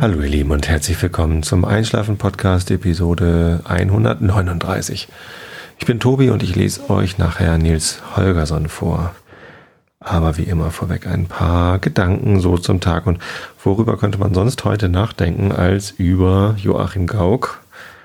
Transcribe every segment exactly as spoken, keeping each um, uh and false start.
Hallo ihr Lieben und herzlich willkommen zum Einschlafen-Podcast Episode hundertneununddreißig. Ich bin Tobi und ich lese euch nachher Nils Holgersson vor. Aber wie immer vorweg ein paar Gedanken so zum Tag. Und worüber könnte man sonst heute nachdenken als über Joachim Gauck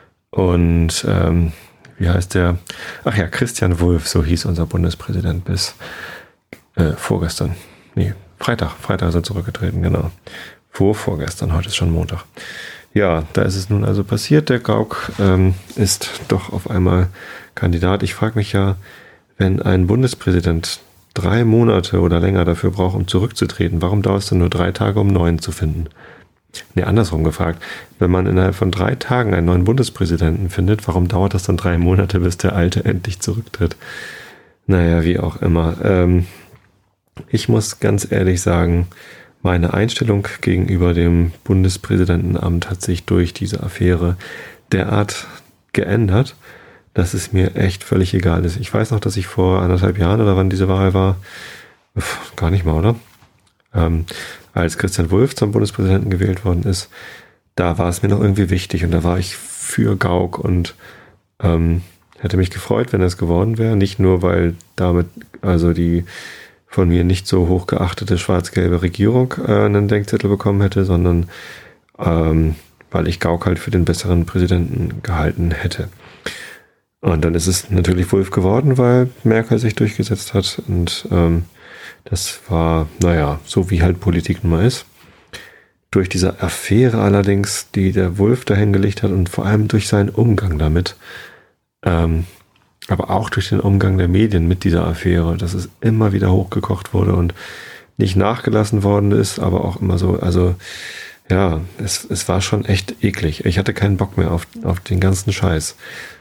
und ähm, wie heißt der? Ach ja, Christian Wulff, so hieß unser Bundespräsident bis äh, vorgestern. Nee, Freitag. Freitag ist er zurückgetreten, genau. Vor vorgestern, heute ist schon Montag. Ja, da ist es nun also passiert. Der Gauck ähm, ist doch auf einmal Kandidat. Ich frage mich ja, wenn ein Bundespräsident drei Monate oder länger dafür braucht, um zurückzutreten, warum dauert es dann nur drei Tage, um einen neuen zu finden? Nee, andersrum gefragt. Wenn man innerhalb von drei Tagen einen neuen Bundespräsidenten findet, warum dauert das dann drei Monate, bis der Alte endlich zurücktritt? Naja, wie auch immer. Ähm, ich muss ganz ehrlich sagen, meine Einstellung gegenüber dem Bundespräsidentenamt hat sich durch diese Affäre derart geändert, dass es mir echt völlig egal ist. Ich weiß noch, dass ich vor anderthalb Jahren oder wann diese Wahl war, Uff, gar nicht mal, oder? Ähm, als Christian Wulff zum Bundespräsidenten gewählt worden ist, da war es mir noch irgendwie wichtig und da war ich für Gauck und ähm, hätte mich gefreut, wenn er es geworden wäre. Nicht nur, weil damit also die von mir nicht so hoch geachtete schwarz-gelbe Regierung äh, einen Denkzettel bekommen hätte, sondern ähm, weil ich Gauck halt für den besseren Präsidenten gehalten hätte. Und dann ist es natürlich Wulff geworden, weil Merkel sich durchgesetzt hat und ähm, das war, naja, so wie halt Politik nun mal ist. Durch diese Affäre allerdings, die der Wulff dahingelegt hat und vor allem durch seinen Umgang damit, ähm, aber auch durch den Umgang der Medien mit dieser Affäre, dass es immer wieder hochgekocht wurde und nicht nachgelassen worden ist, aber auch immer so, also ja, es, es war schon echt eklig. Ich hatte keinen Bock mehr auf, auf den ganzen Scheiß.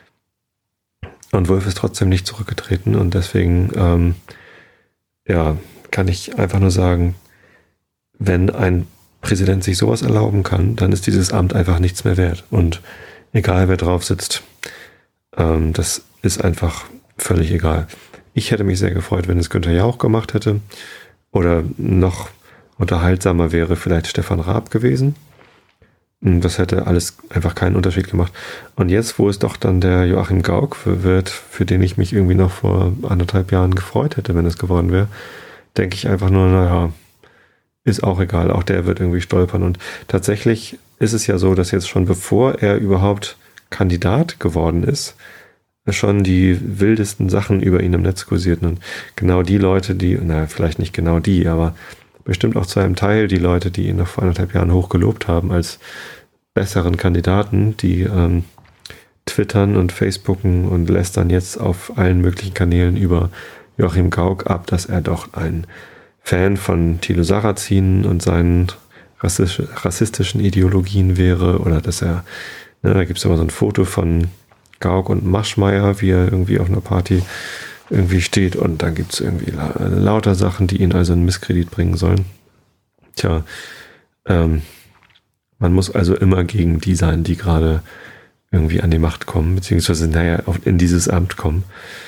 Und Wulff ist trotzdem nicht zurückgetreten und deswegen, ähm, ja, kann ich einfach nur sagen, wenn ein Präsident sich sowas erlauben kann, dann ist dieses Amt einfach nichts mehr wert. Und egal wer drauf sitzt, ähm, das ist einfach völlig egal. Ich hätte mich sehr gefreut, wenn es Günther Jauch gemacht hätte. Oder noch unterhaltsamer wäre vielleicht Stefan Raab gewesen. Das hätte alles einfach keinen Unterschied gemacht. Und jetzt, wo es doch dann der Joachim Gauck wird, für den ich mich irgendwie noch vor anderthalb Jahren gefreut hätte, wenn es geworden wäre, denke ich einfach nur, naja, ist auch egal. Auch der wird irgendwie stolpern. Und tatsächlich ist es ja so, dass jetzt schon bevor er überhaupt Kandidat geworden ist, schon die wildesten Sachen über ihn im Netz kursierten. Und genau die Leute, die, naja, vielleicht nicht genau die, aber bestimmt auch zu einem Teil die Leute, die ihn noch vor anderthalb Jahren hochgelobt haben als besseren Kandidaten, die ähm, twittern und facebooken und lästern jetzt auf allen möglichen Kanälen über Joachim Gauck ab, dass er doch ein Fan von Thilo Sarrazin und seinen rassistisch, rassistischen Ideologien wäre oder dass er, ne, da gibt es immer so ein Foto von Gauck und Maschmeyer, wie er irgendwie auf einer Party irgendwie steht und dann gibt es irgendwie la- lauter Sachen, die ihn also in Misskredit bringen sollen. Tja, ähm, man muss also immer gegen die sein, die gerade irgendwie an die Macht kommen, beziehungsweise naja, in dieses Amt kommen.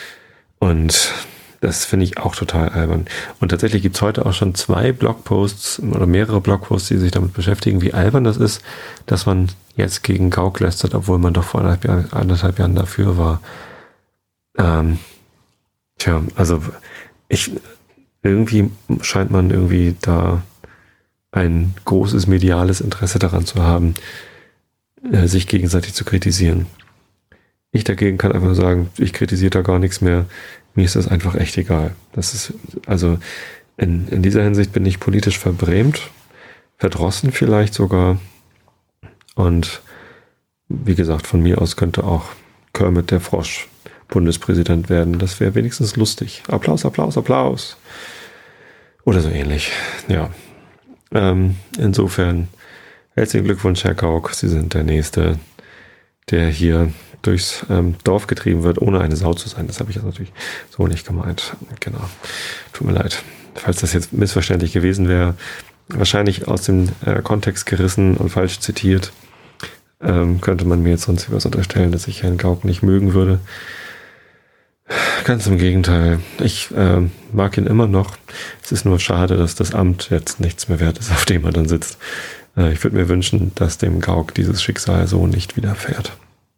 Und das finde ich auch total albern. Und tatsächlich gibt es heute auch schon zwei Blogposts oder mehrere Blogposts, die sich damit beschäftigen, wie albern das ist, dass man jetzt gegen Gauck lästert, obwohl man doch vor anderthalb Jahren, anderthalb Jahren dafür war. Ähm, tja, also ich irgendwie scheint man irgendwie da ein großes mediales Interesse daran zu haben, äh, sich gegenseitig zu kritisieren. Ich dagegen kann einfach nur sagen, ich kritisiere da gar nichts mehr. Mir ist das einfach echt egal. Das ist, also in, in dieser Hinsicht bin ich politisch verbrämt, verdrossen vielleicht sogar. Und wie gesagt, von mir aus könnte auch Kermit der Frosch Bundespräsident werden. Das wäre wenigstens lustig. Applaus, Applaus, Applaus. Oder so ähnlich. Ja. Ähm, insofern herzlichen Glückwunsch, Herr Gauck. Sie sind der Nächste, der hier durchs ähm, Dorf getrieben wird, ohne eine Sau zu sein. Das habe ich jetzt natürlich so nicht gemeint. Genau. Tut mir leid. Falls das jetzt missverständlich gewesen wäre, wahrscheinlich aus dem äh, Kontext gerissen und falsch zitiert, ähm, könnte man mir jetzt sonst was unterstellen, dass ich Herrn Gauck nicht mögen würde. Ganz im Gegenteil. Ich äh, mag ihn immer noch. Es ist nur schade, dass das Amt jetzt nichts mehr wert ist, auf dem er dann sitzt. Äh, ich würde mir wünschen, dass dem Gauk dieses Schicksal so nicht widerfährt.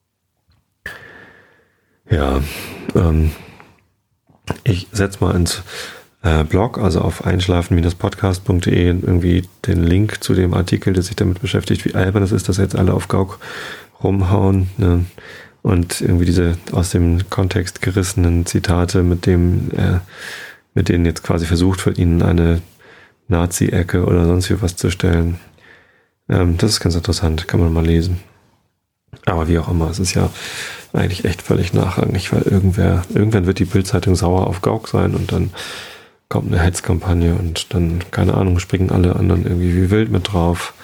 Ja, ähm, ich setze mal ins äh, Blog, also auf einschlafen Bindestrich podcast Punkt de irgendwie den Link zu dem Artikel, der sich damit beschäftigt, wie albern es ist, dass jetzt alle auf Gauk rumhauen, ne? Und irgendwie diese aus dem Kontext gerissenen Zitate, mit dem äh, mit denen jetzt quasi versucht wird, ihnen eine Nazi-Ecke oder sonst wie was zu stellen. Ähm, das ist ganz interessant, kann man mal lesen. Aber wie auch immer, es ist ja eigentlich echt völlig nachrangig, weil irgendwer, irgendwann wird die Bild-Zeitung sauer auf Gauk sein und dann kommt eine Hetzkampagne und dann, keine Ahnung, springen alle anderen irgendwie wie wild mit drauf.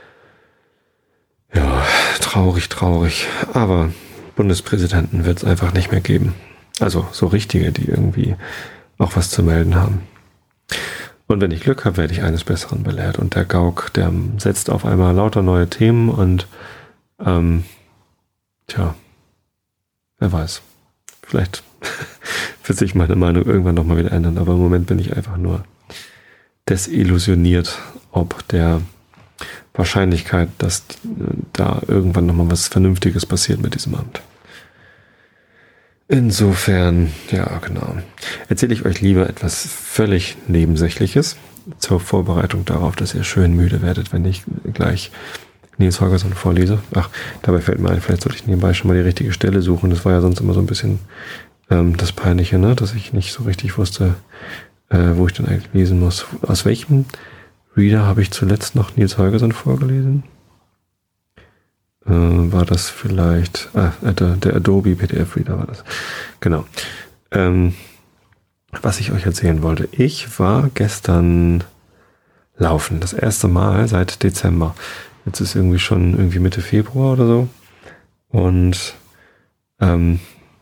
Ja, traurig, traurig. Aber Bundespräsidenten wird es einfach nicht mehr geben. Also so richtige, die irgendwie auch was zu melden haben. Und wenn ich Glück habe, werde ich eines Besseren belehrt. Und der Gauk, der setzt auf einmal lauter neue Themen und ähm, tja, wer weiß. Vielleicht wird sich meine Meinung irgendwann nochmal wieder ändern, aber im Moment bin ich einfach nur desillusioniert, ob der Wahrscheinlichkeit, dass da irgendwann nochmal was Vernünftiges passiert mit diesem Amt. Insofern, ja genau, erzähle ich euch lieber etwas völlig Nebensächliches zur Vorbereitung darauf, dass ihr schön müde werdet, wenn ich gleich Niels Holgersson vorlese. Ach, dabei fällt mir ein, vielleicht sollte ich nebenbei schon mal die richtige Stelle suchen. Das war ja sonst immer so ein bisschen ähm, das Peinliche, ne? Dass ich nicht so richtig wusste, äh, wo ich denn eigentlich lesen muss. Aus welchem Reader habe ich zuletzt noch Niels Holgersson vorgelesen? Äh, war das vielleicht, ah, der, der Adobe P D F Reader war das. Genau. Ähm, was ich euch erzählen wollte. Ich war gestern laufen. Das erste Mal seit Dezember. Jetzt ist irgendwie schon irgendwie Mitte Februar oder so. Und ähm,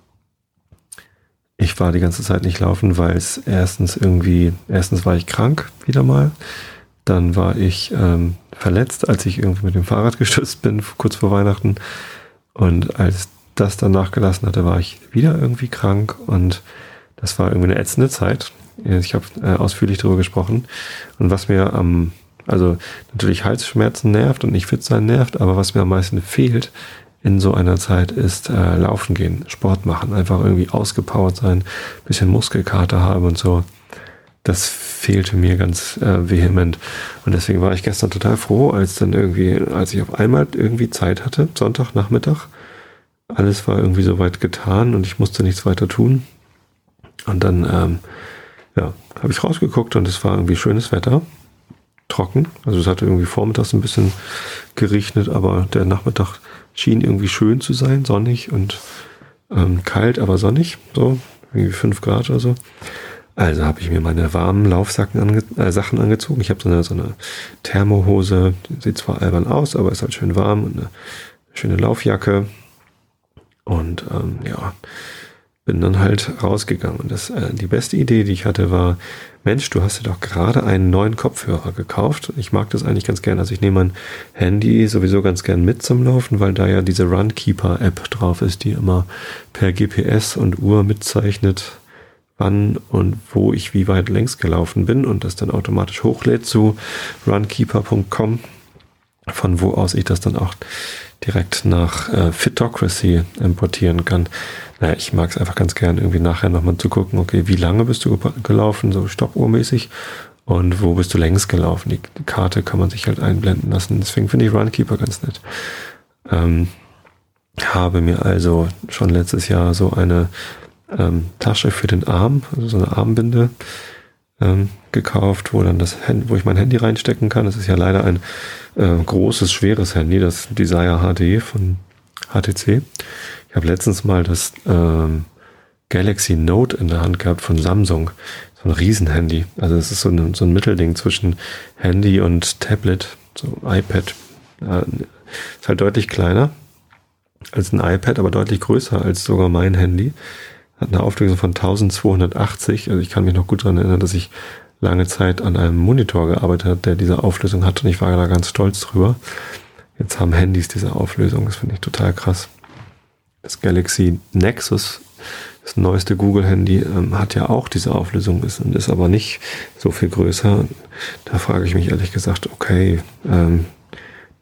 ich war die ganze Zeit nicht laufen, weil es erstens irgendwie, erstens war ich krank wieder mal. Dann war ich ähm, verletzt, als ich irgendwie mit dem Fahrrad gestürzt bin, kurz vor Weihnachten. Und als das dann nachgelassen hatte, war ich wieder irgendwie krank. Und das war irgendwie eine ätzende Zeit. Ich habe äh, ausführlich darüber gesprochen. Und was mir am, also natürlich Halsschmerzen nervt und nicht fit sein nervt, aber was mir am meisten fehlt in so einer Zeit ist äh, laufen gehen, Sport machen, einfach irgendwie ausgepowert sein, bisschen Muskelkater haben und so. Das fehlte mir ganz äh, vehement. Und deswegen war ich gestern total froh, als dann irgendwie, als ich auf einmal irgendwie Zeit hatte, Sonntagnachmittag. Alles war irgendwie soweit getan und ich musste nichts weiter tun. Und dann, ähm, ja, habe ich rausgeguckt und es war irgendwie schönes Wetter. Trocken. Also es hatte irgendwie vormittags ein bisschen geregnet, aber der Nachmittag schien irgendwie schön zu sein, sonnig und ähm, kalt, aber sonnig. So, irgendwie fünf Grad oder so. Also habe ich mir meine warmen Laufsachen ange äh, Sachen angezogen. Ich habe so eine, so eine Thermohose, sieht zwar albern aus, aber ist halt schön warm und eine schöne Laufjacke. Und ähm, ja, bin dann halt rausgegangen. Und das, äh, die beste Idee, die ich hatte, war, Mensch, du hast dir doch gerade einen neuen Kopfhörer gekauft. Ich mag das eigentlich ganz gern. Also ich nehme mein Handy sowieso ganz gern mit zum Laufen, weil da ja diese Runkeeper-App drauf ist, die immer per G P S und Uhr mitzeichnet, wann und wo ich wie weit längs gelaufen bin und das dann automatisch hochlädt zu runkeeper punkt com, von wo aus ich das dann auch direkt nach äh, Fitocracy importieren kann. Naja, ich mag es einfach ganz gern, irgendwie nachher nochmal zu gucken, okay, wie lange bist du gelaufen, so stoppuhrmäßig, und wo bist du längs gelaufen. Die, die Karte kann man sich halt einblenden lassen. Deswegen finde ich Runkeeper ganz nett. Ähm, habe mir also schon letztes Jahr so eine ähm, Tasche für den Arm, also so eine Armbinde ähm, gekauft, wo dann das Handy, wo ich mein Handy reinstecken kann. Das ist ja leider ein äh, großes, schweres Handy, das Desire H D von H T C. Ich habe letztens mal das ähm, Galaxy Note in der Hand gehabt von Samsung. So ein Riesenhandy. Also es ist so ein, so ein Mittelding zwischen Handy und Tablet, so iPad. Äh, ist halt deutlich kleiner als ein iPad, aber deutlich größer als sogar mein Handy. Hat eine Auflösung von eintausendzweihundertachtzig. Also ich kann mich noch gut daran erinnern, dass ich lange Zeit an einem Monitor gearbeitet habe, der diese Auflösung hatte, und ich war da ganz stolz drüber. Jetzt haben Handys diese Auflösung. Das finde ich total krass. Das Galaxy Nexus, das neueste Google-Handy, ähm, hat ja auch diese Auflösung, ist, ist aber nicht so viel größer. Da frage ich mich ehrlich gesagt, okay, ähm,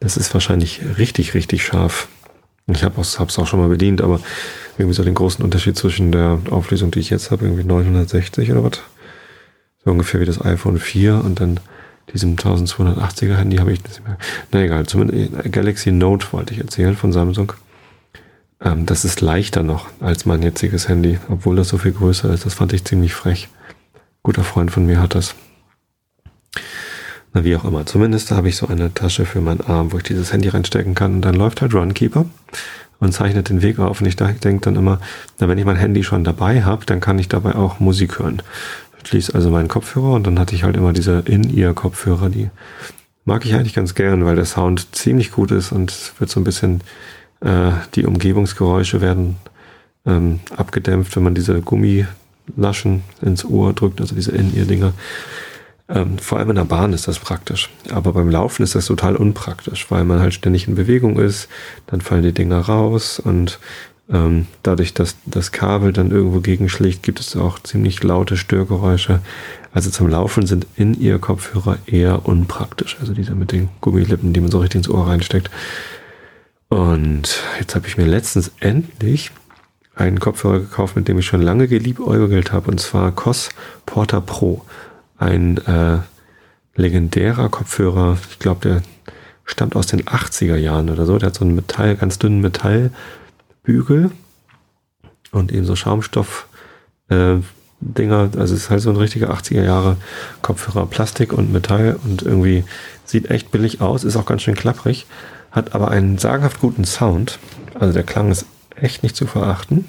Das ist wahrscheinlich richtig, richtig scharf. Ich habe es auch schon mal bedient, aber irgendwie so den großen Unterschied zwischen der Auflösung, die ich jetzt habe, irgendwie neunhundertsechzig oder was, so ungefähr wie das iPhone vier und dann diesem zwölfhundertachtziger Handy habe ich nicht mehr. Na egal, zumindest Galaxy Note wollte ich erzählen von Samsung. Ähm, das ist leichter noch als mein jetziges Handy, obwohl das so viel größer ist. Das fand ich ziemlich frech. Guter Freund von mir hat das. Na, wie auch immer. Zumindest habe ich so eine Tasche für meinen Arm, wo ich dieses Handy reinstecken kann. Und dann läuft halt Runkeeper und zeichnet den Weg auf. Und ich denke dann immer, na, wenn ich mein Handy schon dabei habe, dann kann ich dabei auch Musik hören. Ich schließe also meinen Kopfhörer und dann hatte ich halt immer diese In-Ear-Kopfhörer. Die mag ich eigentlich ganz gern, weil der Sound ziemlich gut ist und es wird so ein bisschen, äh, die Umgebungsgeräusche werden ähm, abgedämpft, wenn man diese Gummilaschen ins Ohr drückt, also diese In-Ear-Dinger. Ähm, vor allem in der Bahn ist das praktisch. Aber beim Laufen ist das total unpraktisch, weil man halt ständig in Bewegung ist, dann fallen die Dinger raus und ähm, dadurch, dass das Kabel dann irgendwo gegenschlägt, gibt es auch ziemlich laute Störgeräusche. Also zum Laufen sind In-Ear-Kopfhörer eher unpraktisch. Also diese mit den Gummilippen, die man so richtig ins Ohr reinsteckt. Und jetzt habe ich mir letztens endlich einen Kopfhörer gekauft, mit dem ich schon lange geliebäugelt habe, und zwar C O S Porta Pro. Ein äh, legendärer Kopfhörer, ich glaube, der stammt aus den achtziger Jahren oder so. Der hat so einen Metall, ganz dünnen Metallbügel und eben so Schaumstoff äh, Dinger. Also es ist halt so ein richtiger achtziger Jahre Kopfhörer, Plastik und Metall und irgendwie sieht echt billig aus, ist auch ganz schön klapprig, hat aber einen sagenhaft guten Sound. Also der Klang ist echt nicht zu verachten.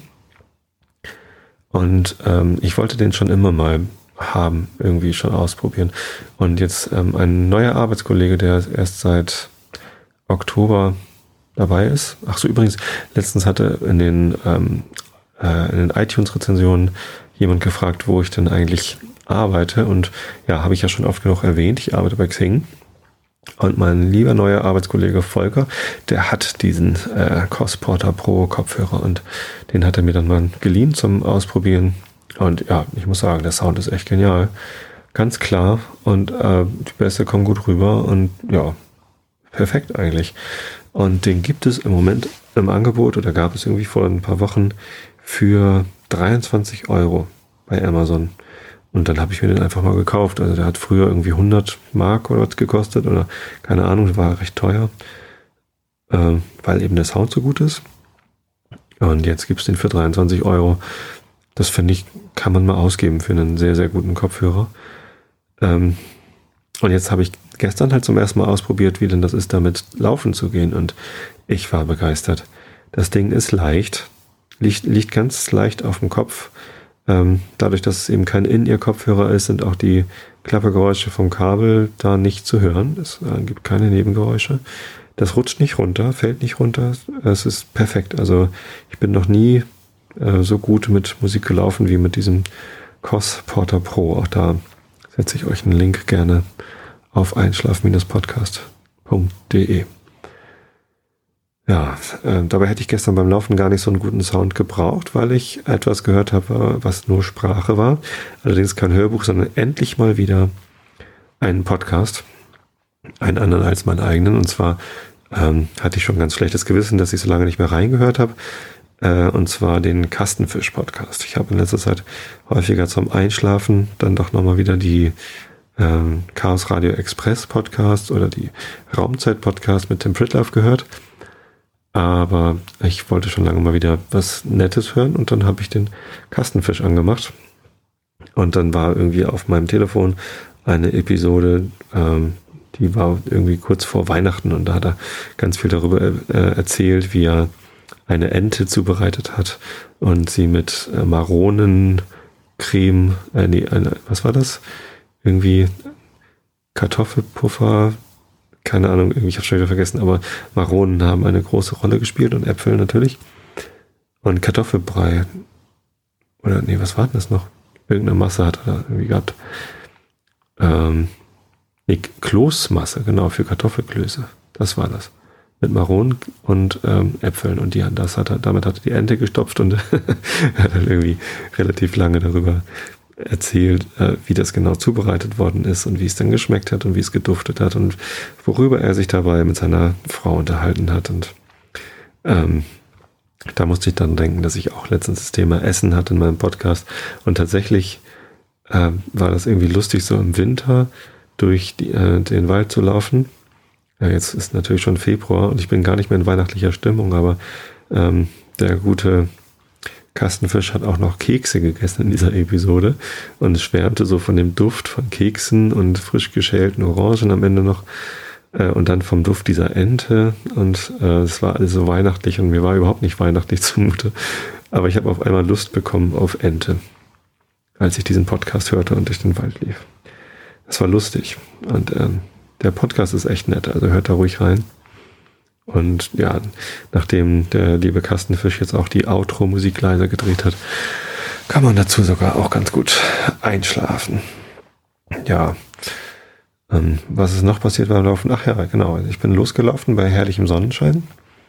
Und ähm, ich wollte den schon immer mal haben, irgendwie schon ausprobieren. Und jetzt ähm, ein neuer Arbeitskollege, der erst seit Oktober dabei ist. Ach so, übrigens, letztens hatte in den, ähm, äh, in den iTunes-Rezensionen jemand gefragt, wo ich denn eigentlich arbeite. Und ja, habe ich ja schon oft genug erwähnt, ich arbeite bei Xing. Und mein lieber neuer Arbeitskollege Volker, der hat diesen äh, C O S Porta Pro Kopfhörer und den hat er mir dann mal geliehen zum Ausprobieren. Und ja, ich muss sagen, der Sound ist echt genial. Ganz klar und äh, die Bässe kommen gut rüber und ja, perfekt eigentlich. Und den gibt es im Moment im Angebot oder gab es irgendwie vor ein paar Wochen für dreiundzwanzig Euro bei Amazon. Und dann habe ich mir den einfach mal gekauft. Also der hat früher irgendwie hundert Mark oder was gekostet oder keine Ahnung, war recht teuer, äh, weil eben der Sound so gut ist. Und jetzt gibt es den für dreiundzwanzig Euro. Das finde ich, kann man mal ausgeben für einen sehr, sehr guten Kopfhörer. Ähm, und jetzt habe ich gestern halt zum ersten Mal ausprobiert, wie denn das ist, damit laufen zu gehen. Und ich war begeistert. Das Ding ist leicht, liegt, liegt ganz leicht auf dem Kopf. Ähm, dadurch, dass es eben kein In-Ear-Kopfhörer ist, sind auch die Klappergeräusche vom Kabel da nicht zu hören. Es äh, gibt keine Nebengeräusche. Das rutscht nicht runter, fällt nicht runter. Es ist perfekt. Also ich bin noch nie so gut mit Musik gelaufen wie mit diesem C O S Porta Pro. Auch da setze ich euch einen Link gerne auf einschlaf Podcast punkt de. Ja, äh, dabei hätte ich gestern beim Laufen gar nicht so einen guten Sound gebraucht, weil ich etwas gehört habe, was nur Sprache war. Allerdings kein Hörbuch, sondern endlich mal wieder einen Podcast. Einen anderen als meinen eigenen. Und zwar ähm, hatte ich schon ganz schlechtes Gewissen, dass ich so lange nicht mehr reingehört habe. Und zwar den Kastenfisch-Podcast. Ich habe in letzter Zeit häufiger zum Einschlafen dann doch nochmal wieder die ähm, Chaos Radio Express Podcast oder die Raumzeit Podcast mit Tim Pritloff gehört. Aber ich wollte schon lange mal wieder was Nettes hören und dann habe ich den Kastenfisch angemacht. Und dann war irgendwie auf meinem Telefon eine Episode, ähm, die war irgendwie kurz vor Weihnachten und da hat er ganz viel darüber äh, erzählt, wie er eine Ente zubereitet hat und sie mit äh, Maronencreme, äh, nee, eine, was war das? Irgendwie Kartoffelpuffer, keine Ahnung, irgendwie, ich habe schon wieder vergessen, aber Maronen haben eine große Rolle gespielt und Äpfel natürlich. Und Kartoffelbrei, oder nee, was war denn das noch? Irgendeine Masse hat er irgendwie gehabt. Ähm, nee, Kloßmasse, genau, für Kartoffelklöße. Das war das. Mit Maronen und ähm, Äpfeln und die, das hat er, damit hat er die Ente gestopft und er hat dann irgendwie relativ lange darüber erzählt, äh, wie das genau zubereitet worden ist und wie es dann geschmeckt hat und wie es geduftet hat und worüber er sich dabei mit seiner Frau unterhalten hat. Und ähm, da musste ich dann denken, dass ich auch letztens das Thema Essen hatte in meinem Podcast. Und tatsächlich äh, war das irgendwie lustig, so im Winter durch die, äh, den Wald zu laufen. Ja, jetzt ist natürlich schon Februar und ich bin gar nicht mehr in weihnachtlicher Stimmung, aber ähm, der gute Kastenfisch hat auch noch Kekse gegessen in dieser Episode und schwärmte so von dem Duft von Keksen und frisch geschälten Orangen am Ende noch äh, und dann vom Duft dieser Ente und äh, es war alles so weihnachtlich und mir war überhaupt nicht weihnachtlich zumute, aber ich habe auf einmal Lust bekommen auf Ente, als ich diesen Podcast hörte und durch den Wald lief. Das war lustig und äh, der Podcast ist echt nett, also hört da ruhig rein. Und ja, nachdem der liebe Kastenfisch jetzt auch die Outro-Musik leiser gedreht hat, kann man dazu sogar auch ganz gut einschlafen. Ja, ähm, was ist noch passiert beim Laufen? Ach ja, genau, ich bin losgelaufen bei herrlichem Sonnenschein.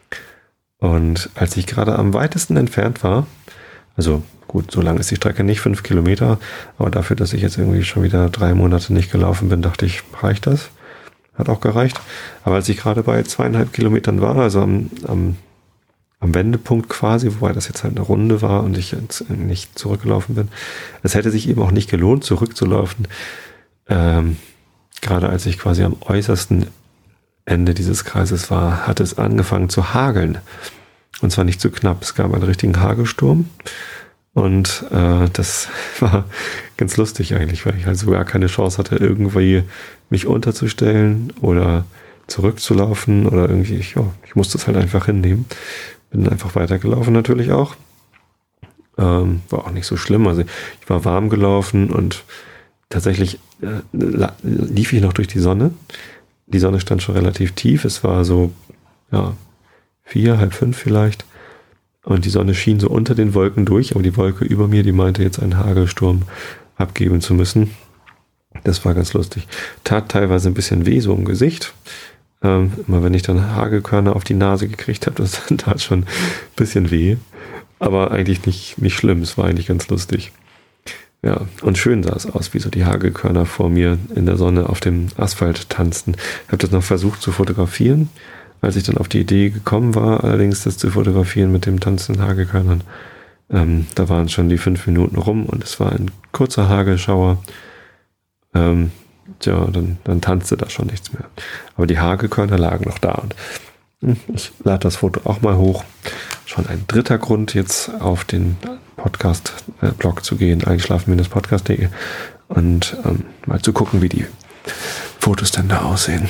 Und als ich gerade am weitesten entfernt war, also gut, so lang ist die Strecke nicht, fünf Kilometer, aber dafür, dass ich jetzt irgendwie schon wieder drei Monate nicht gelaufen bin, dachte ich, reicht das? Hat auch gereicht. Aber als ich gerade bei zweieinhalb Kilometern war, also am, am, am Wendepunkt quasi, wobei das jetzt halt eine Runde war und ich jetzt nicht zurückgelaufen bin, es hätte sich eben auch nicht gelohnt, zurückzulaufen. Ähm, gerade als ich quasi am äußersten Ende dieses Kreises war, hat es angefangen zu hageln. Und zwar nicht zu knapp. Es gab einen richtigen Hagelsturm. Und äh, das war ganz lustig eigentlich, weil ich halt so gar keine Chance hatte, irgendwie mich unterzustellen oder zurückzulaufen oder irgendwie, ich, ja, ich musste es halt einfach hinnehmen. Bin einfach weitergelaufen natürlich auch. Ähm, war auch nicht so schlimm. Also ich war warm gelaufen und tatsächlich äh, lief ich noch durch die Sonne. Die Sonne stand schon relativ tief. Es war so, ja, vier, halb fünf vielleicht. Und die Sonne schien so unter den Wolken durch, aber die Wolke über mir, die meinte jetzt einen Hagelsturm abgeben zu müssen. Das war ganz lustig. Tat teilweise ein bisschen weh, so im Gesicht. Ähm, immer wenn ich dann Hagelkörner auf die Nase gekriegt habe, das tat schon ein bisschen weh. Aber eigentlich nicht, nicht schlimm, es war eigentlich ganz lustig. Ja, und schön sah es aus, wie so die Hagelkörner vor mir in der Sonne auf dem Asphalt tanzten. Ich habe das noch versucht zu fotografieren. Als ich dann auf die Idee gekommen war, allerdings das zu fotografieren mit dem tanzenden Hagelkörnern, ähm, da waren schon die fünf Minuten rum und es war ein kurzer Hagelschauer. Ähm, tja, dann, dann tanzte da schon nichts mehr. Aber die Hagelkörner lagen noch da und ich lade das Foto auch mal hoch. Schon ein dritter Grund, jetzt auf den Podcast-Blog zu gehen, einschlafen Podcast punkt de und ähm, mal zu gucken, wie die Fotos denn da aussehen.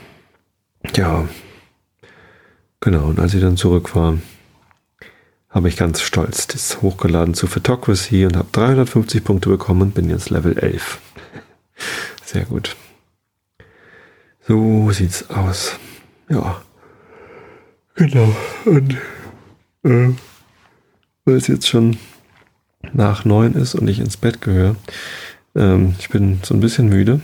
Ja, genau, und als ich dann zurück war, habe ich ganz stolz das hochgeladen zu Photocracy und habe dreihundertfünfzig Punkte bekommen und bin jetzt Level elf. Sehr gut. So sieht's aus. Ja. Genau. Und äh, weil es jetzt schon nach neun ist und ich ins Bett gehöre, ähm, ich bin so ein bisschen müde,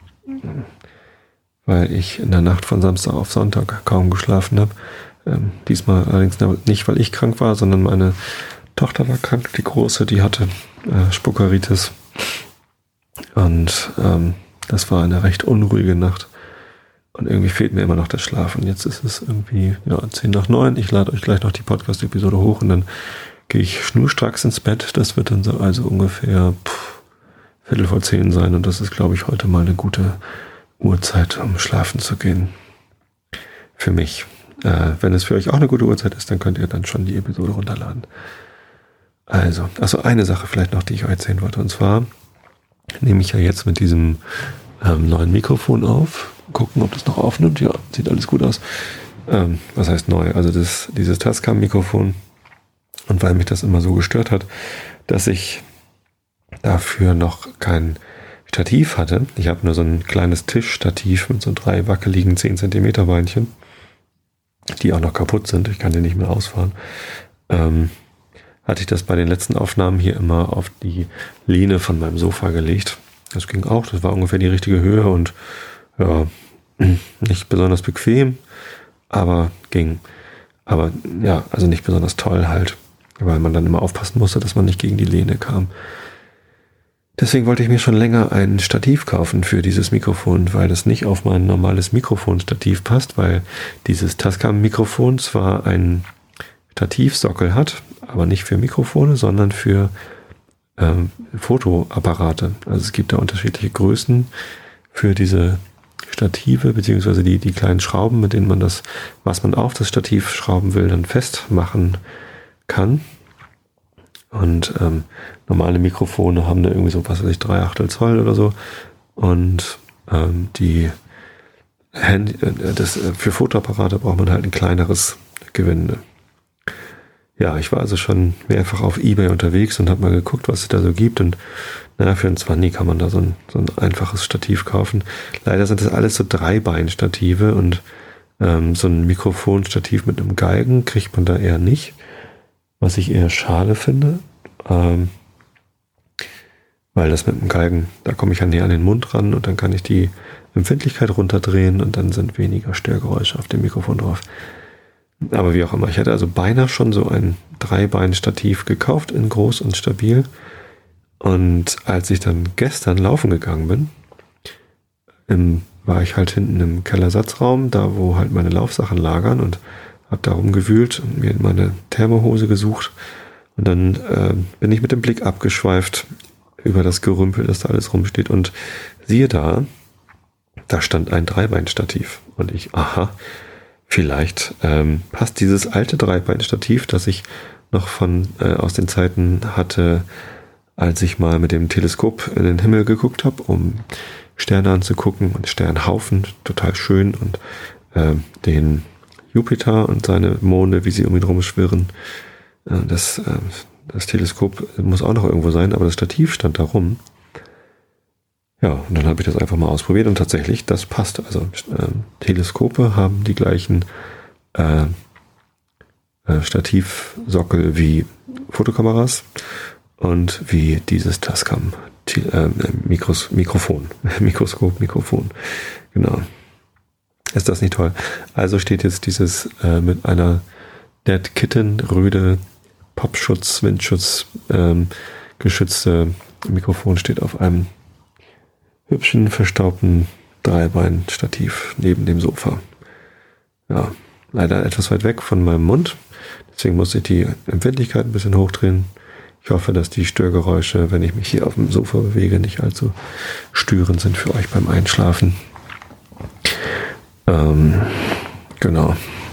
weil ich in der Nacht von Samstag auf Sonntag kaum geschlafen habe. Ähm, diesmal allerdings nicht, weil ich krank war, sondern meine Tochter war krank, die Große, die hatte äh, Spuckeritis. Und ähm, das war eine recht unruhige Nacht. Und irgendwie fehlt mir immer noch der Schlaf. Und jetzt ist es irgendwie ja, zehn nach neun. Ich lade euch gleich noch die Podcast-Episode hoch und dann gehe ich schnurstracks ins Bett. Das wird dann so also ungefähr pff, Viertel vor zehn sein. Und das ist, glaube ich, heute mal eine gute Uhrzeit, um schlafen zu gehen. Für mich. Äh, wenn es für euch auch eine gute Uhrzeit ist, dann könnt ihr dann schon die Episode runterladen. Also, also eine Sache vielleicht noch, die ich euch erzählen wollte. Und zwar nehme ich ja jetzt mit diesem ähm, neuen Mikrofon auf. Gucken, ob das noch aufnimmt. Ja, sieht alles gut aus. Ähm, was heißt neu? Also das, dieses Tascam-Mikrofon. Und weil mich das immer so gestört hat, dass ich dafür noch kein Stativ hatte. Ich habe nur so ein kleines Tischstativ mit so drei wackeligen zehn Zentimeter Beinchen, die auch noch kaputt sind. Ich kann die nicht mehr ausfahren. Ähm, hatte ich das bei den letzten Aufnahmen hier immer auf die Lehne von meinem Sofa gelegt. Das ging auch. Das war ungefähr die richtige Höhe und ja, nicht besonders bequem, aber ging. Aber ja, also nicht besonders toll halt, weil man dann immer aufpassen musste, dass man nicht gegen die Lehne kam. Deswegen wollte ich mir schon länger ein Stativ kaufen für dieses Mikrofon, weil das nicht auf mein normales Mikrofonstativ passt, weil dieses Tascam-Mikrofon zwar einen Stativsockel hat, aber nicht für Mikrofone, sondern für ähm, Fotoapparate. Also es gibt da unterschiedliche Größen für diese Stative, beziehungsweise die, die kleinen Schrauben, mit denen man das, was man auf das Stativ schrauben will, dann festmachen kann. Und ähm, normale Mikrofone haben da irgendwie so, was weiß ich, drei Achtel Zoll oder so. Und ähm, die Handy, äh, das, äh, für Fotoapparate braucht man halt ein kleineres Gewinde. Ja, ich war also schon mehrfach auf eBay unterwegs und habe mal geguckt, was es da so gibt. Und naja, für einen zwanzig kann man da so ein, so ein einfaches Stativ kaufen. Leider sind das alles so Dreibeinstative und ähm, so ein Mikrofonstativ mit einem Galgen kriegt man da eher nicht. Was ich eher schade finde, ähm, weil das mit dem Galgen, da komme ich ja näher an den Mund ran und dann kann ich die Empfindlichkeit runterdrehen und dann sind weniger Störgeräusche auf dem Mikrofon drauf. Aber wie auch immer, ich hatte also beinahe schon so ein Dreibein-Stativ gekauft in groß und stabil. Und als ich dann gestern laufen gegangen bin, im, war ich halt hinten im Kellersatzraum, da wo halt meine Laufsachen lagern und habe da rumgewühlt und mir meine Thermohose gesucht. Und dann äh, bin ich mit dem Blick abgeschweift über das Gerümpel, das da alles rumsteht. Und siehe da, da stand ein Dreibeinstativ. Und ich, aha, vielleicht ähm, passt dieses alte Dreibeinstativ, das ich noch von äh, aus den Zeiten hatte, als ich mal mit dem Teleskop in den Himmel geguckt habe, um Sterne anzugucken und Sternhaufen, total schön, und äh, den Jupiter und seine Monde, wie sie um ihn rumschwirren. Äh, das, äh, das Teleskop muss auch noch irgendwo sein, aber das Stativ stand da rum. Ja, und dann habe ich das einfach mal ausprobiert und tatsächlich, das passt. Also äh, Teleskope haben die gleichen äh, äh, Stativsockel wie Fotokameras und wie dieses Tascam äh, Mikros, Mikrofon, Mikroskop, Mikrofon. Genau. Ist das nicht toll? Also steht jetzt dieses äh, mit einer Dead Kitten Röde Popschutz, Windschutz ähm, geschützte Mikrofon steht auf einem hübschen, verstaubten Dreibeinstativ neben dem Sofa. Ja, leider etwas weit weg von meinem Mund. Deswegen muss ich die Empfindlichkeit ein bisschen hochdrehen. Ich hoffe, dass die Störgeräusche, wenn ich mich hier auf dem Sofa bewege, nicht allzu störend sind für euch beim Einschlafen. Ähm, genau.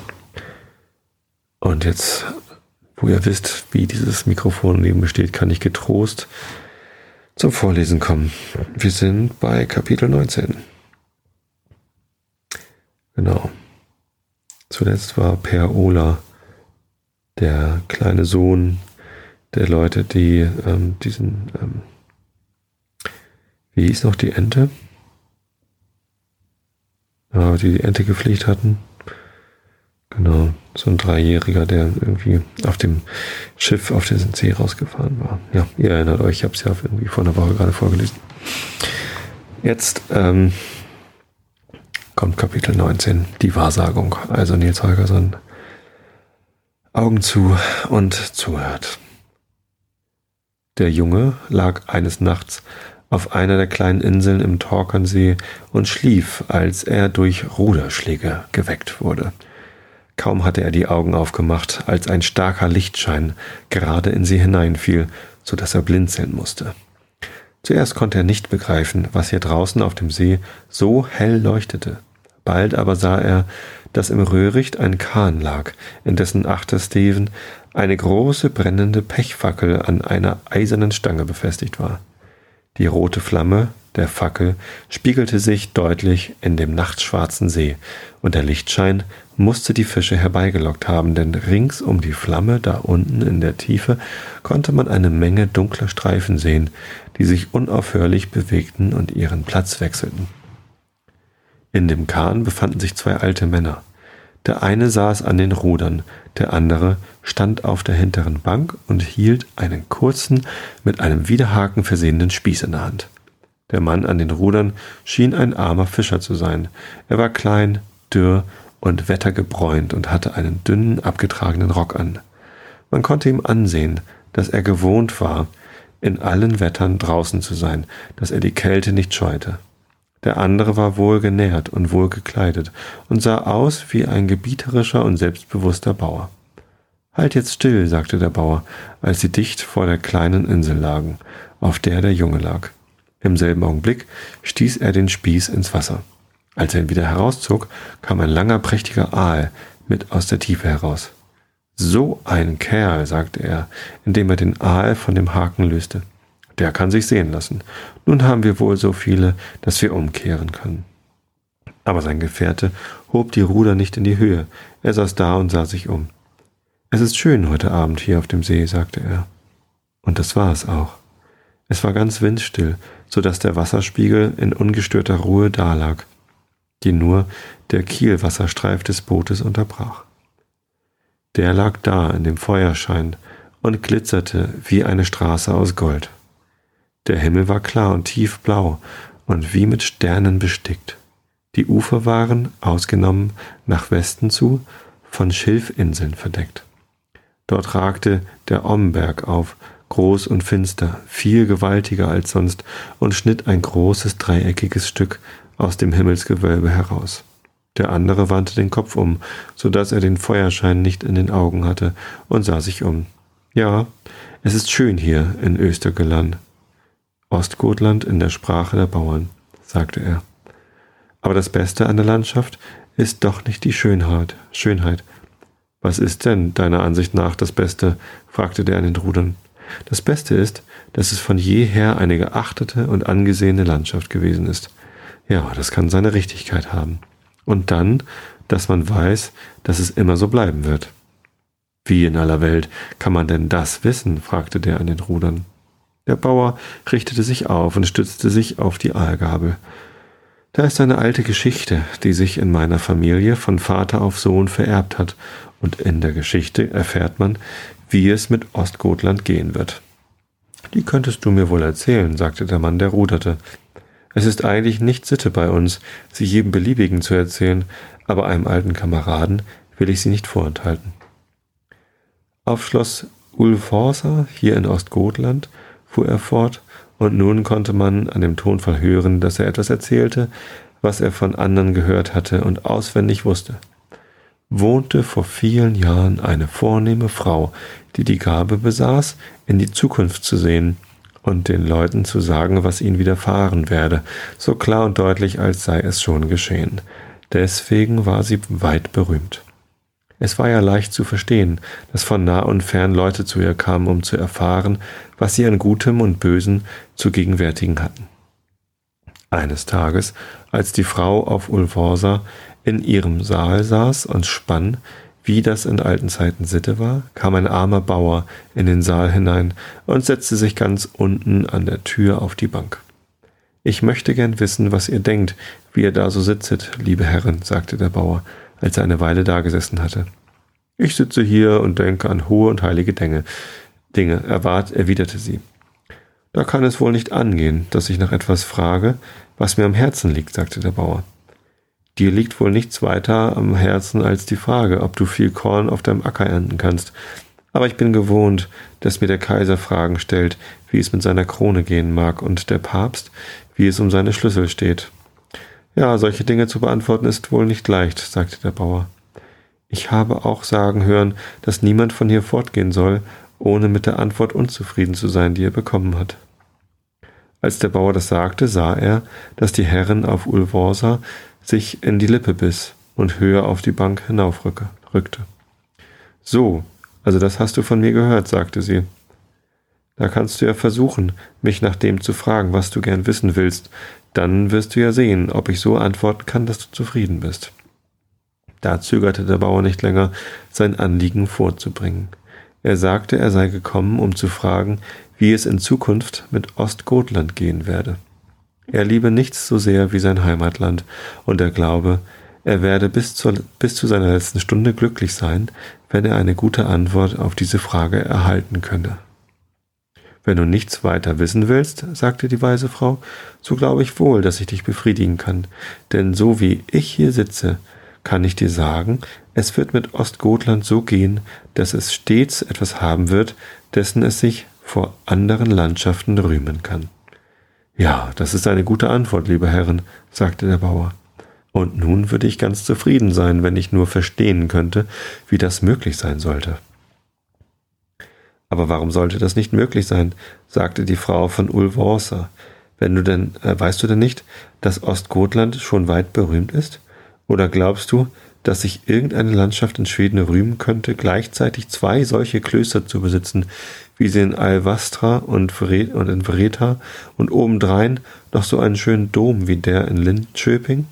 Und jetzt, wo ihr wisst, wie dieses Mikrofon eben besteht, kann ich getrost zum Vorlesen kommen. Wir sind bei Kapitel neunzehn. Genau. Zuletzt war Per Ola, der kleine Sohn der Leute, die ähm, diesen, ähm, wie hieß noch die Ente? Ja, die die Ente gepflegt hatten. Genau, so ein Dreijähriger, der irgendwie auf dem Schiff auf den See rausgefahren war. Ja, ihr erinnert euch, ich habe es ja irgendwie vor einer Woche gerade vorgelesen. Jetzt ähm, kommt Kapitel neunzehn, die Wahrsagung. Also Nils Holgersson, Augen zu und zuhört. Der Junge lag eines Nachts auf einer der kleinen Inseln im Torkernsee und schlief, als er durch Ruderschläge geweckt wurde. Kaum hatte er die Augen aufgemacht, als ein starker Lichtschein gerade in sie hineinfiel, so dass er blinzeln musste. Zuerst konnte er nicht begreifen, was hier draußen auf dem See so hell leuchtete. Bald aber sah er, dass im Röhricht ein Kahn lag, in dessen Achtersteven eine große brennende Pechfackel an einer eisernen Stange befestigt war. Die rote Flamme der Fackel spiegelte sich deutlich in dem nachtschwarzen See, und der Lichtschein musste die Fische herbeigelockt haben, denn rings um die Flamme, da unten in der Tiefe, konnte man eine Menge dunkler Streifen sehen, die sich unaufhörlich bewegten und ihren Platz wechselten. In dem Kahn befanden sich zwei alte Männer. Der eine saß an den Rudern, der andere stand auf der hinteren Bank und hielt einen kurzen, mit einem Widerhaken versehenen Spieß in der Hand. Der Mann an den Rudern schien ein armer Fischer zu sein. Er war klein, dürr und wettergebräunt und hatte einen dünnen, abgetragenen Rock an. Man konnte ihm ansehen, dass er gewohnt war, in allen Wettern draußen zu sein, dass er die Kälte nicht scheute. Der andere war wohl genährt und wohl gekleidet und sah aus wie ein gebieterischer und selbstbewusster Bauer. »Halt jetzt still«, sagte der Bauer, als sie dicht vor der kleinen Insel lagen, auf der der Junge lag. Im selben Augenblick stieß er den Spieß ins Wasser. Als er ihn wieder herauszog, kam ein langer, prächtiger Aal mit aus der Tiefe heraus. »So ein Kerl«, sagte er, indem er den Aal von dem Haken löste. »Der kann sich sehen lassen. Nun haben wir wohl so viele, dass wir umkehren können.« Aber sein Gefährte hob die Ruder nicht in die Höhe. Er saß da und sah sich um. »Es ist schön heute Abend hier auf dem See«, sagte er. Und das war es auch. Es war ganz windstill, so dass der Wasserspiegel in ungestörter Ruhe dalag, die nur der Kielwasserstreif des Bootes unterbrach. Der lag da in dem Feuerschein und glitzerte wie eine Straße aus Gold. Der Himmel war klar und tiefblau und wie mit Sternen bestickt. Die Ufer waren, ausgenommen nach Westen zu, von Schilfinseln verdeckt. Dort ragte der Omberg auf, groß und finster, viel gewaltiger als sonst, und schnitt ein großes dreieckiges Stück aus dem Himmelsgewölbe heraus. Der andere wandte den Kopf um, so dass er den Feuerschein nicht in den Augen hatte, und sah sich um. »Ja, es ist schön hier in Östergöland, Ostgotland in der Sprache der Bauern«, sagte er. »Aber das Beste an der Landschaft ist doch nicht die Schönheit. Schönheit. »Was ist denn deiner Ansicht nach das Beste?« fragte der an den Rudern. »Das Beste ist, dass es von jeher eine geachtete und angesehene Landschaft gewesen ist. Ja, das kann seine Richtigkeit haben. Und dann, dass man weiß, dass es immer so bleiben wird.« »Wie in aller Welt kann man denn das wissen?« fragte der an den Rudern. Der Bauer richtete sich auf und stützte sich auf die Aalgabel. »Da ist eine alte Geschichte, die sich in meiner Familie von Vater auf Sohn vererbt hat, und in der Geschichte erfährt man, wie es mit Ostgotland gehen wird.« »Die könntest du mir wohl erzählen«, sagte der Mann, der ruderte. »Es ist eigentlich nicht Sitte bei uns, sie jedem Beliebigen zu erzählen, aber einem alten Kameraden will ich sie nicht vorenthalten. Auf Schloss Ulvshåsa, hier in Ostgotland«, fuhr er fort, und nun konnte man an dem Tonfall hören, dass er etwas erzählte, was er von anderen gehört hatte und auswendig wusste. »Wohnte vor vielen Jahren eine vornehme Frau, die die Gabe besaß, in die Zukunft zu sehen und den Leuten zu sagen, was ihnen widerfahren werde, so klar und deutlich, als sei es schon geschehen. Deswegen war sie weit berühmt. Es war ja leicht zu verstehen, dass von nah und fern Leute zu ihr kamen, um zu erfahren, was sie an Gutem und Bösen zu gegenwärtigen hatten. Eines Tages, als die Frau auf Ulvshåsa in ihrem Saal saß und spann, wie das in alten Zeiten Sitte war, kam ein armer Bauer in den Saal hinein und setzte sich ganz unten an der Tür auf die Bank. »Ich möchte gern wissen, was ihr denkt, wie ihr da so sitzet, liebe Herren«, sagte der Bauer, als er eine Weile dagesessen hatte. »Ich sitze hier und denke an hohe und heilige Dinge, Dinge, erwart, erwiderte sie. »Da kann es wohl nicht angehen, dass ich nach etwas frage, was mir am Herzen liegt«, sagte der Bauer. »Dir liegt wohl nichts weiter am Herzen als die Frage, ob du viel Korn auf deinem Acker ernten kannst. Aber ich bin gewohnt, dass mir der Kaiser Fragen stellt, wie es mit seiner Krone gehen mag, und der Papst, wie es um seine Schlüssel steht. Ja, solche Dinge zu beantworten ist wohl nicht leicht«, sagte der Bauer. »Ich habe auch sagen hören, dass niemand von hier fortgehen soll, ohne mit der Antwort unzufrieden zu sein, die er bekommen hat.« Als der Bauer das sagte, sah er, dass die Herrin auf Ulvshåsa sich in die Lippe biss und höher auf die Bank hinaufrückte. »So, also das hast du von mir gehört«, sagte sie. »Da kannst du ja versuchen, mich nach dem zu fragen, was du gern wissen willst. Dann wirst du ja sehen, ob ich so antworten kann, dass du zufrieden bist.« Da zögerte der Bauer nicht länger, sein Anliegen vorzubringen. Er sagte, er sei gekommen, um zu fragen, wie es in Zukunft mit Ostgotland gehen werde. Er liebe nichts so sehr wie sein Heimatland, und er glaube, er werde bis, zur, bis zu seiner letzten Stunde glücklich sein, wenn er eine gute Antwort auf diese Frage erhalten könne. »Wenn du nichts weiter wissen willst«, sagte die weise Frau, »so glaube ich wohl, dass ich dich befriedigen kann, denn so wie ich hier sitze, kann ich dir sagen, es wird mit Ostgotland so gehen, dass es stets etwas haben wird, dessen es sich vor anderen Landschaften rühmen kann. »Ja, das ist eine gute Antwort, liebe Herren«, sagte der Bauer. »Und nun würde ich ganz zufrieden sein, wenn ich nur verstehen könnte, wie das möglich sein sollte.« »Aber warum sollte das nicht möglich sein?«, sagte die Frau von Ulvåsa. »Wenn du denn, äh, weißt du denn nicht, dass Ostgotland schon weit berühmt ist? Oder glaubst du, dass sich irgendeine Landschaft in Schweden rühmen könnte, gleichzeitig zwei solche Klöster zu besitzen, wie sie in Alvastra und in Vreta und obendrein noch so einen schönen Dom wie der in Linköping?«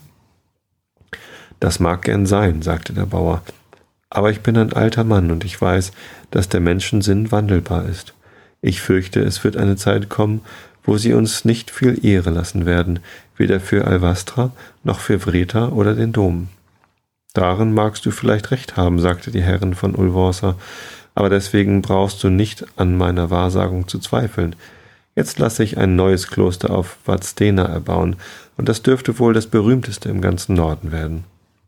»Das mag gern sein«, sagte der Bauer, »aber ich bin ein alter Mann und ich weiß, dass der Menschensinn wandelbar ist. Ich fürchte, es wird eine Zeit kommen, wo sie uns nicht viel Ehre lassen werden, weder für Alvastra noch für Vreta oder den Dom.« »Darin magst du vielleicht recht haben«, sagte die Herrin von Ulvåsa, »aber deswegen brauchst du nicht an meiner Wahrsagung zu zweifeln. Jetzt lasse ich ein neues Kloster auf Vadstena erbauen, und das dürfte wohl das berühmteste im ganzen Norden werden.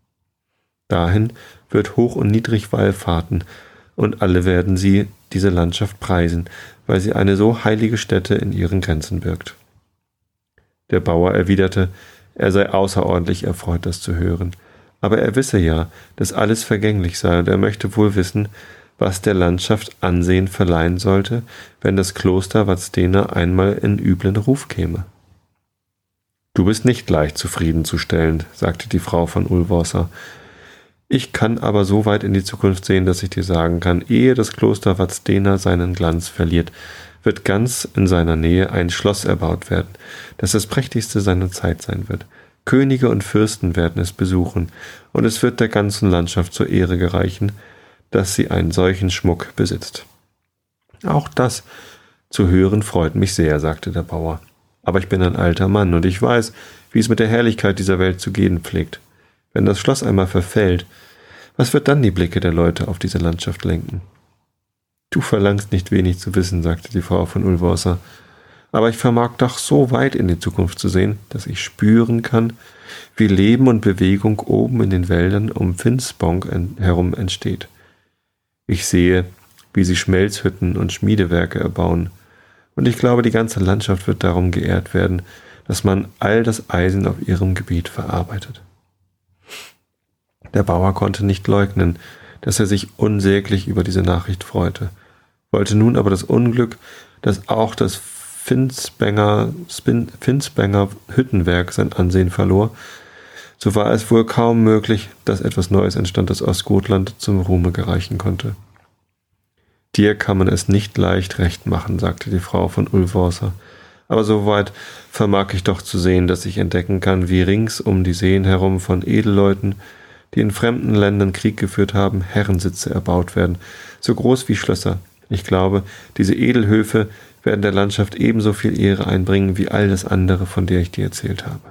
Dahin wird Hoch- und Niedrig wallfahrten, und alle werden sie diese Landschaft preisen, weil sie eine so heilige Stätte in ihren Grenzen birgt.« Der Bauer erwiderte, er sei außerordentlich erfreut, das zu hören. Aber er wisse ja, dass alles vergänglich sei, und er möchte wohl wissen, was der Landschaft Ansehen verleihen sollte, wenn das Kloster Vadstena einmal in üblen Ruf käme. »Du bist nicht leicht zufriedenzustellen«, sagte die Frau von Ulvåsa. »Ich kann aber so weit in die Zukunft sehen, dass ich dir sagen kann, ehe das Kloster Vadstena seinen Glanz verliert, wird ganz in seiner Nähe ein Schloss erbaut werden, das das prächtigste seiner Zeit sein wird. Könige und Fürsten werden es besuchen, und es wird der ganzen Landschaft zur Ehre gereichen, dass sie einen solchen Schmuck besitzt.« »Auch das zu hören freut mich sehr«, sagte der Bauer. »Aber ich bin ein alter Mann, und ich weiß, wie es mit der Herrlichkeit dieser Welt zu gehen pflegt. Wenn das Schloss einmal verfällt, was wird dann die Blicke der Leute auf diese Landschaft lenken?« »Du verlangst nicht wenig zu wissen«, sagte die Frau von Ulvåsa, »aber ich vermag doch so weit in die Zukunft zu sehen, dass ich spüren kann, wie Leben und Bewegung oben in den Wäldern um Finspång herum entsteht. Ich sehe, wie sie Schmelzhütten und Schmiedewerke erbauen, und ich glaube, die ganze Landschaft wird darum geehrt werden, dass man all das Eisen auf ihrem Gebiet verarbeitet.« Der Bauer konnte nicht leugnen, dass er sich unsäglich über diese Nachricht freute, wollte nun aber das Unglück, dass auch das Finspånger, Finspånger Hüttenwerk sein Ansehen verlor, so war es wohl kaum möglich, dass etwas Neues entstand, das Ostgotland zum Ruhme gereichen konnte. »Dir kann man es nicht leicht recht machen«, sagte die Frau von Ulvåsa, »aber soweit vermag ich doch zu sehen, dass ich entdecken kann, wie rings um die Seen herum von Edelleuten, die in fremden Ländern Krieg geführt haben, Herrensitze erbaut werden, so groß wie Schlösser. Ich glaube, diese Edelhöfe werden der Landschaft ebenso viel Ehre einbringen wie all das andere, von der ich dir erzählt habe.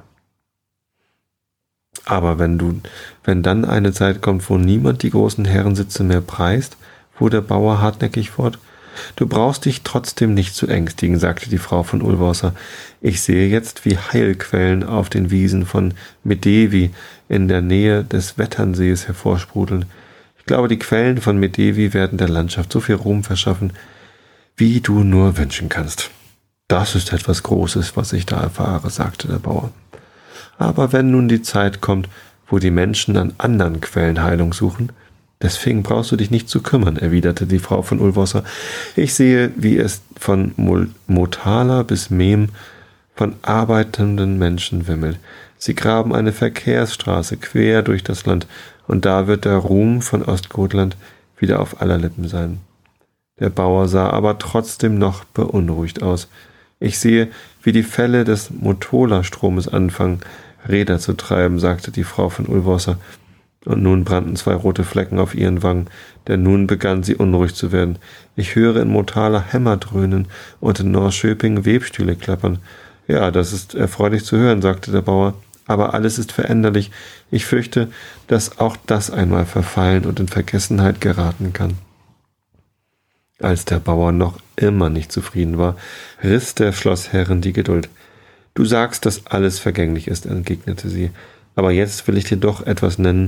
Aber wenn du, wenn dann eine Zeit kommt, wo niemand die großen Herrensitze mehr preist«, fuhr der Bauer hartnäckig fort, »du brauchst dich trotzdem nicht zu ängstigen«, sagte die Frau von Ulvåsa. »Ich sehe jetzt, wie Heilquellen auf den Wiesen von Medevi in der Nähe des Vätternsees hervorsprudeln. Ich glaube, die Quellen von Medevi werden der Landschaft so viel Ruhm verschaffen, wie du nur wünschen kannst.« »Das ist etwas Großes, was ich da erfahre«, sagte der Bauer. »Aber wenn nun die Zeit kommt, wo die Menschen an anderen Quellen Heilung suchen, deswegen brauchst du dich nicht zu kümmern«, erwiderte die Frau von Ulvåsa. »Ich sehe, wie es von Motala bis Mem von arbeitenden Menschen wimmelt. Sie graben eine Verkehrsstraße quer durch das Land, und da wird der Ruhm von Ostgotland wieder auf aller Lippen sein.« Der Bauer sah aber trotzdem noch beunruhigt aus. »Ich sehe, wie die Fälle des Motola-Stromes anfangen, Räder zu treiben«, sagte die Frau von Ulvåsa. Und nun brannten zwei rote Flecken auf ihren Wangen, denn nun begann sie unruhig zu werden. »Ich höre in Motala Hämmer dröhnen und in Norrköping Webstühle klappern.« »Ja, das ist erfreulich zu hören«, sagte der Bauer, »aber alles ist veränderlich. Ich fürchte, dass auch das einmal verfallen und in Vergessenheit geraten kann.« Als der Bauer noch immer nicht zufrieden war, riss der Schlossherrin die Geduld. »Du sagst, dass alles vergänglich ist«, entgegnete sie, »aber jetzt will ich dir doch etwas nennen,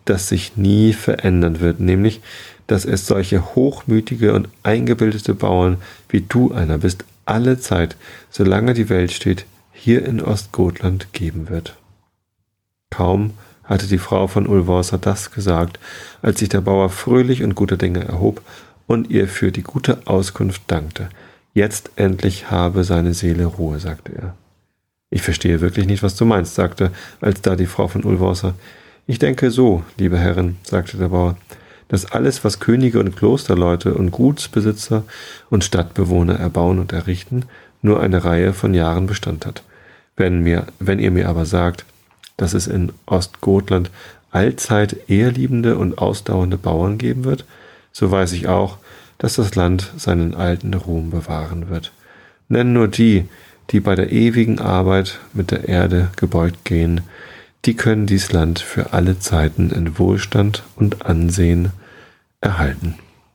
das sich nie verändern wird, nämlich, dass es solche hochmütige und eingebildete Bauern, wie du einer bist, alle Zeit, solange die Welt steht, hier in Ostgotland geben wird. Kaum hatte die Frau von Ulvåsa das gesagt, als sich der Bauer fröhlich und guter Dinge erhob und ihr für die gute Auskunft dankte. Jetzt endlich habe seine Seele Ruhe, sagte er. Ich verstehe wirklich nicht, was du meinst, sagte alsda die Frau von Ulvåsa. Ich denke so, liebe Herrin, sagte der Bauer, dass alles, was Könige und Klosterleute und Gutsbesitzer und Stadtbewohner erbauen und errichten, nur eine Reihe von Jahren Bestand hat. Wenn mir, wenn ihr mir aber sagt, dass es in Ostgotland allzeit ehrliebende und ausdauernde Bauern geben wird, so weiß ich auch, dass das Land seinen alten Ruhm bewahren wird. Nenn nur die, die bei der ewigen Arbeit mit der Erde gebeugt gehen, die können dies Land für alle Zeiten in Wohlstand und Ansehen erhalten.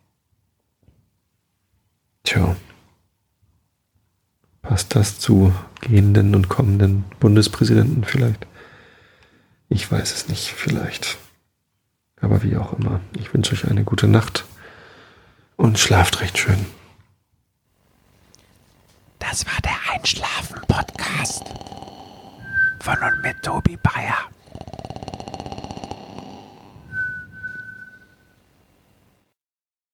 Tja, passt das zu gehenden und kommenden Bundespräsidenten vielleicht? Ich weiß es nicht, vielleicht. Aber wie auch immer, ich wünsche euch eine gute Nacht und schlaft recht schön. Das war der Einschlafen-Podcast von und mit Tobi Bayer.